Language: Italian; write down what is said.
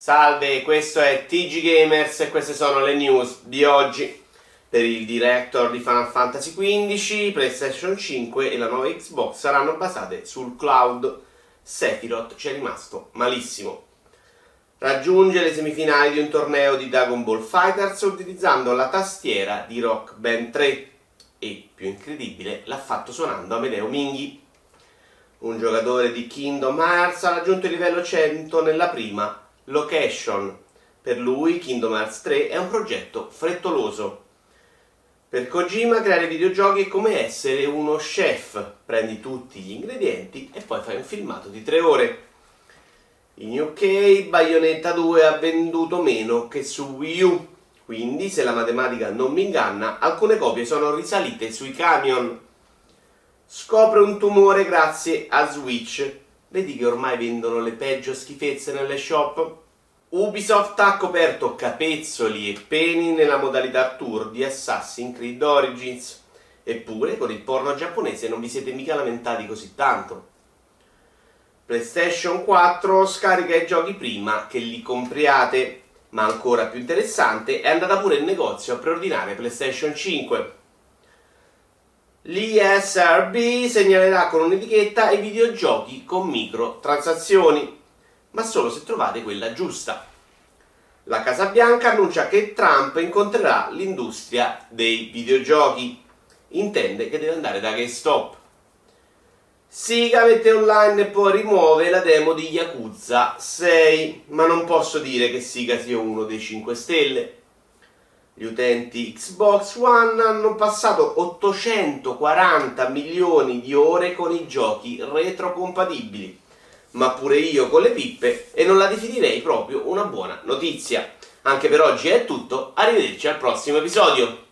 Salve, questo è TG Gamers e queste sono le news di oggi. Per il Director di Final Fantasy XV, PlayStation 5 e la nuova Xbox saranno basate sul cloud. Sephiroth ci è rimasto malissimo. Raggiunge le semifinali di un torneo di Dragon Ball FighterZ utilizzando la tastiera di Rock Band 3 e, più incredibile, l'ha fatto suonando Amedeo Minghi. Un giocatore di Kingdom Hearts ha raggiunto il livello 100 nella prima location. Per lui Kingdom Hearts 3 è un progetto frettoloso. Per Kojima creare videogiochi è come essere uno chef. Prendi tutti gli ingredienti e poi fai un filmato di 3 ore. In UK Bayonetta 2 ha venduto meno che su Wii U, quindi se la matematica non mi inganna, alcune copie sono risalite sui camion. Scopre un tumore grazie a Switch. Vedi che ormai vendono le peggio schifezze nelle shop? Ubisoft ha coperto capezzoli e peni nella modalità tour di Assassin's Creed Origins. Eppure con il porno giapponese non vi siete mica lamentati così tanto. PlayStation 4 scarica i giochi prima che li compriate, ma ancora più interessante è andata pure in negozio a preordinare PlayStation 5. L'ISRB segnalerà con un'etichetta i videogiochi con microtransazioni, ma solo se trovate quella giusta. La Casa Bianca annuncia che Trump incontrerà l'industria dei videogiochi. Intende che deve andare da GameStop. Sega mette online e poi rimuove la demo di Yakuza 6, ma non posso dire che Sega sia uno dei 5 stelle. Gli utenti Xbox One hanno passato 840 milioni di ore con i giochi retrocompatibili, ma pure io con le pippe, e non la definirei proprio una buona notizia. Anche per oggi è tutto, arrivederci al prossimo episodio.